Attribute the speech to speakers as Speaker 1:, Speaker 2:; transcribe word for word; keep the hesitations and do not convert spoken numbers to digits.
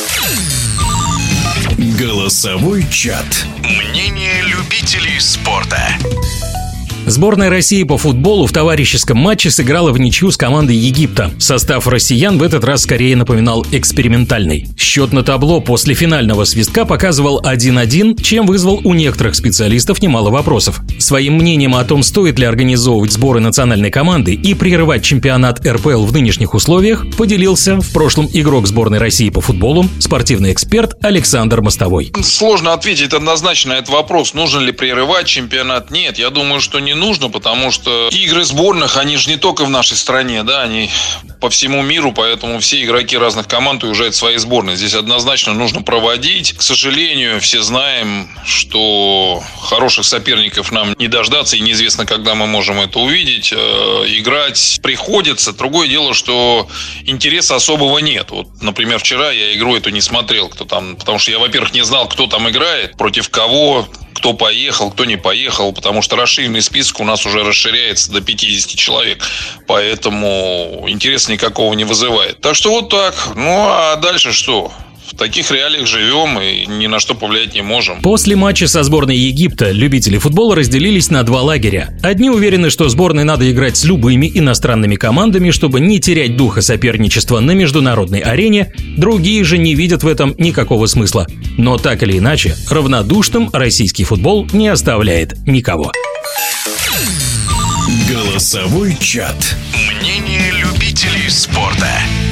Speaker 1: Голосовой чат. Мнение любителей спорта.
Speaker 2: Сборная России по футболу в товарищеском матче сыграла в ничью с командой Египта. Состав россиян в этот раз скорее напоминал экспериментальный. Счет на табло после финального свистка показывал один-один, чем вызвал у некоторых специалистов немало вопросов. Своим мнением о том, стоит ли организовывать сборы национальной команды и прерывать чемпионат эр пэ эл в нынешних условиях, поделился в прошлом игрок сборной России по футболу, спортивный эксперт Александр Мостовой.
Speaker 3: Сложно ответить однозначно на этот вопрос. Нужно ли прерывать чемпионат? Нет, я думаю, что не нужно, потому что игры сборных, они же не только в нашей стране, да, они по всему миру, поэтому все игроки разных команд уезжают в свои сборные. Здесь однозначно нужно проводить. К сожалению, все знаем, что хороших соперников нам не дождаться, и неизвестно, когда мы можем это увидеть. Играть приходится. Другое дело, что интереса особого нет. Вот, например, вчера я игру эту не смотрел, кто там, потому что я, во-первых, не знал, кто там играет, против кого, кто поехал, кто не поехал, потому что расширенный список у нас уже расширяется до пятьдесят человек, поэтому интереса никакого не вызывает. Так что вот так. Ну а дальше что? В таких реалиях живем и ни на что повлиять не можем.
Speaker 2: После матча со сборной Египта любители футбола разделились на два лагеря. Одни уверены, что сборной надо играть с любыми иностранными командами, чтобы не терять духа соперничества на международной арене, другие же не видят в этом никакого смысла. Но так или иначе, равнодушным российский футбол не оставляет никого.
Speaker 1: Голосовой чат. Мнение любителей спорта.